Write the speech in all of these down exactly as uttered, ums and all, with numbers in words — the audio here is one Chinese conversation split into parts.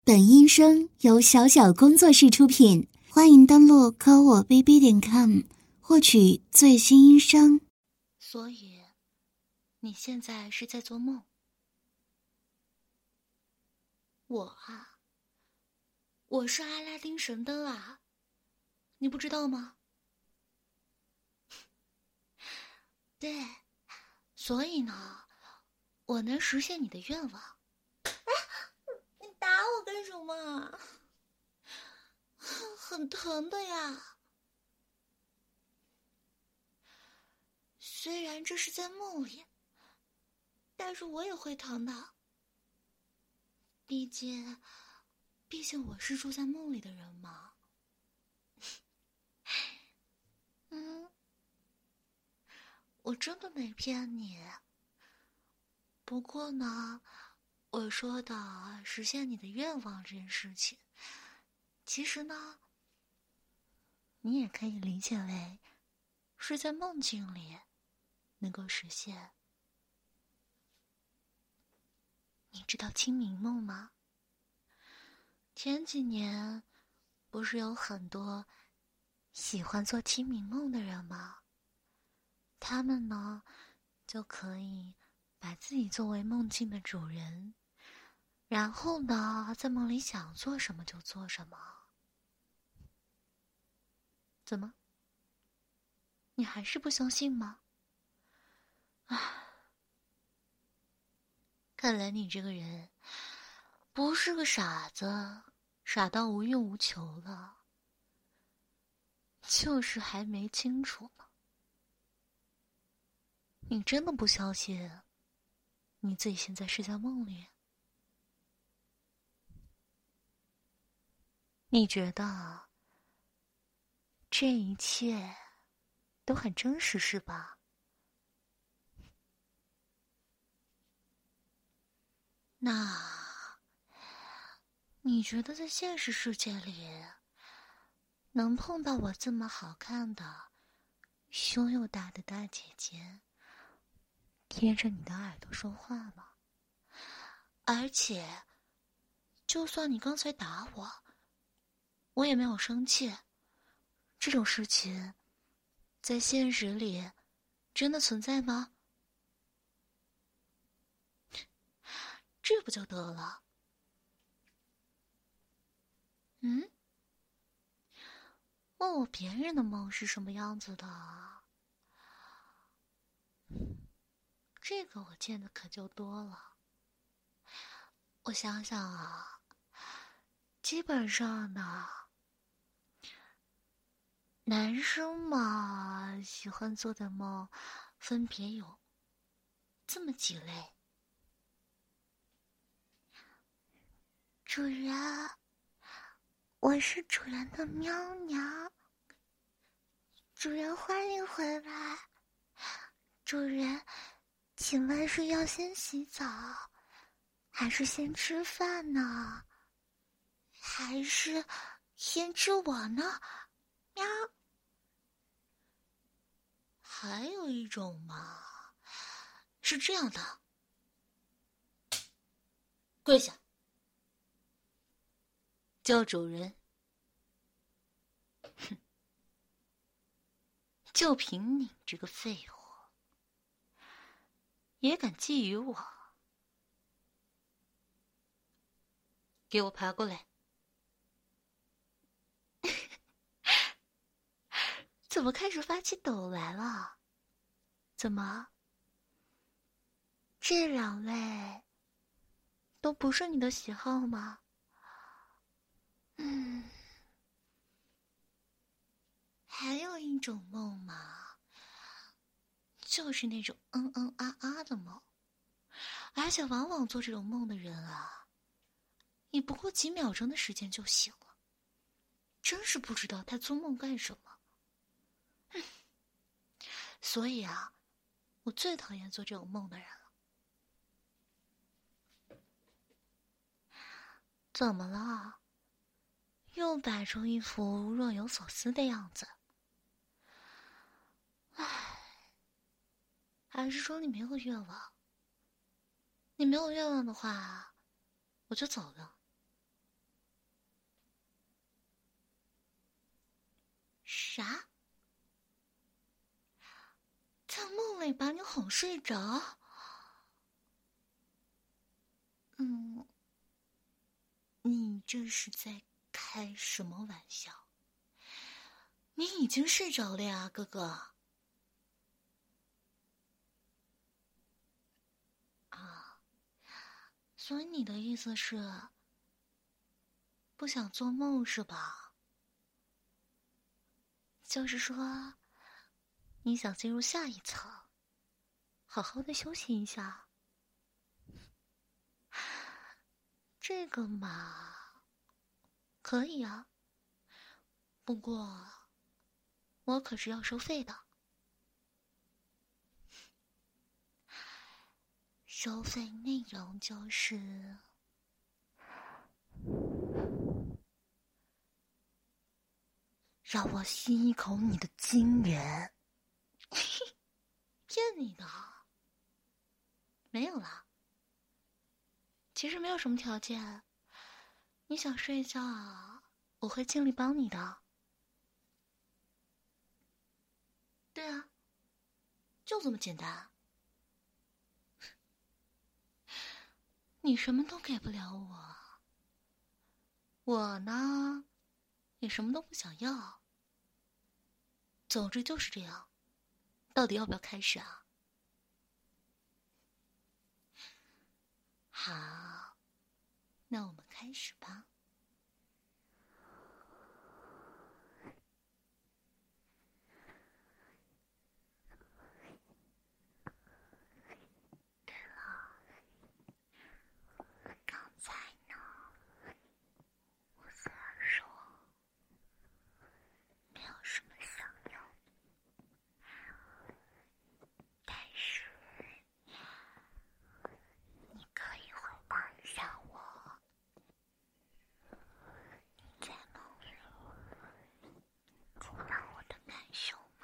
本音声由小小工作室出品，欢迎登录科我 B B 点 com 获取最新音声。 所以，你现在是在做梦？我啊，我是阿拉丁神灯啊，你不知道吗？对，所以呢，我能实现你的愿望。哎，你打我干什么？很疼的呀。虽然这是在梦里，但是我也会疼的。毕竟，毕竟我是住在梦里的人嘛。嗯，我真的没骗你。不过呢，我说的实现你的愿望这件事情，其实呢，你也可以理解为是在梦境里能够实现。你知道清明梦吗？前几年不是有很多喜欢做清明梦的人吗？他们呢，就可以把自己作为梦境的主人，然后呢，在梦里想做什么就做什么。怎么？你还是不相信吗？唉，看来你这个人不是个傻子，傻到无欲无求了，就是还没清楚呢。你真的不相信你自己现在是在梦里？你觉得这一切都很真实是吧？那你觉得在现实世界里能碰到我这么好看的胸又大的大姐姐贴着你的耳朵说话吗？而且就算你刚才打我，我也没有生气。这种事情在现实里真的存在吗？这不就得了？嗯？问我别人的梦是什么样子的？这个我见的可就多了。我想想啊，基本上呢，男生嘛，喜欢做的梦分别有这么几类。主人，我是主人的喵娘。主人欢迎回来。主人，请问是要先洗澡，还是先吃饭呢？还是先吃我呢？喵。还有一种嘛，是这样的，跪下，叫主人。哼，就凭你这个废物，也敢觊觎我？给我爬过来！怎么开始发起抖来了？怎么？这两位都不是你的喜好吗？嗯，还有一种梦嘛，就是那种嗯嗯啊啊的梦，而且往往做这种梦的人啊，你不过几秒钟的时间就醒了，真是不知道他做梦干什么。嗯，所以啊，我最讨厌做这种梦的人了。怎么了？又摆出一副若有所思的样子。唉，还是说你没有愿望？你没有愿望的话，我就走了。 把你哄睡着。嗯，你这是在开什么玩笑？你已经睡着了呀，哥哥。啊，所以你的意思是不想做梦是吧？就是说，你想进入下一层，好好的休息一下。这个嘛，可以啊。不过，我可是要收费的。收费内容就是，让我吸一口你的精元。骗你的，没有啦。其实没有什么条件，你想睡觉，我会尽力帮你的。对啊，就这么简单。你什么都给不了我，我呢，也什么都不想要。总之就是这样，到底要不要开始啊？好，那我们开始吧。对了，刚才呢，我虽然说没有什么想要，但是你可以回答一下我，你在梦里听到我的感受吗？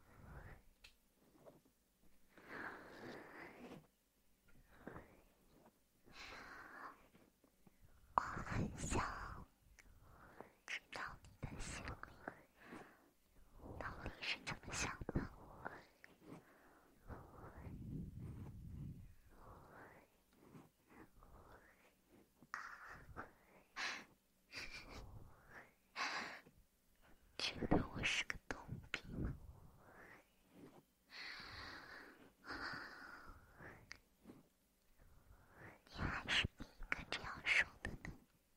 我很想知道你的心里到底是怎么想的。觉得我是个逗比吗？你还是第一个这样说的呢。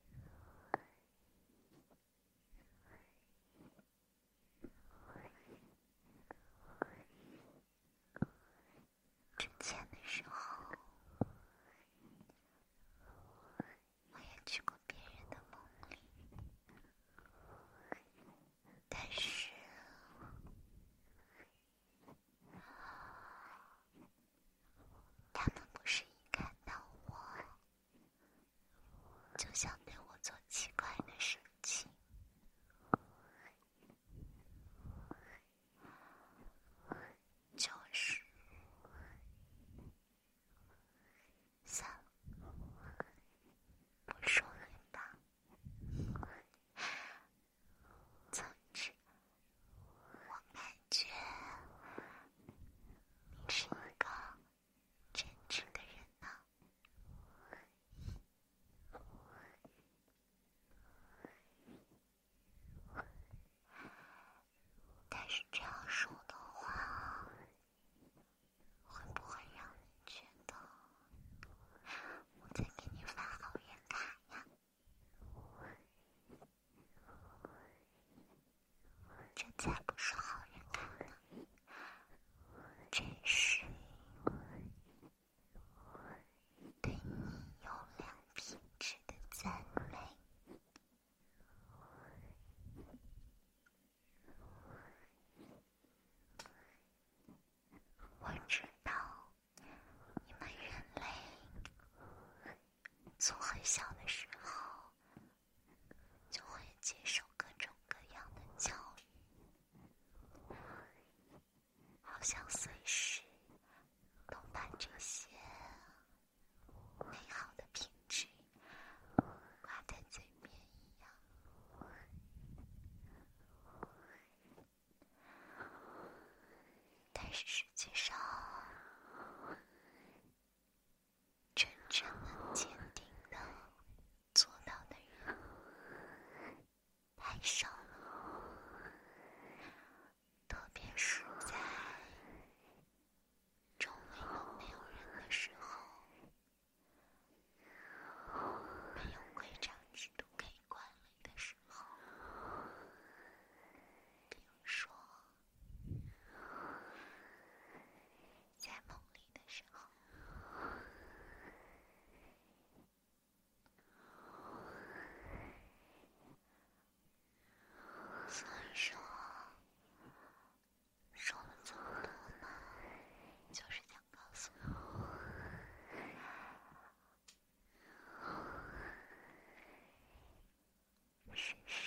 之前的时候，我也去过别人的梦里，但是他们不是一看到我就想对我做奇怪的事情，就是算了，不说也罢。总之，我感觉你是一个真挚的人呢。但是这样说的话，会不会让你觉得我在给你发好人卡呀？这才不是好人卡呢，这是对你优良品质的赞美。我知道你们人类从很小的时候就会接受各种各样的教育，好像随时都把这些美好的品质挂在嘴边一样。但是实际上， 太少了，特别是在周围都没有人的时候，没有规章制度可以管理的时候，比如说在梦里的时候。所以说，说了这么多嘛，就是想告诉你，是是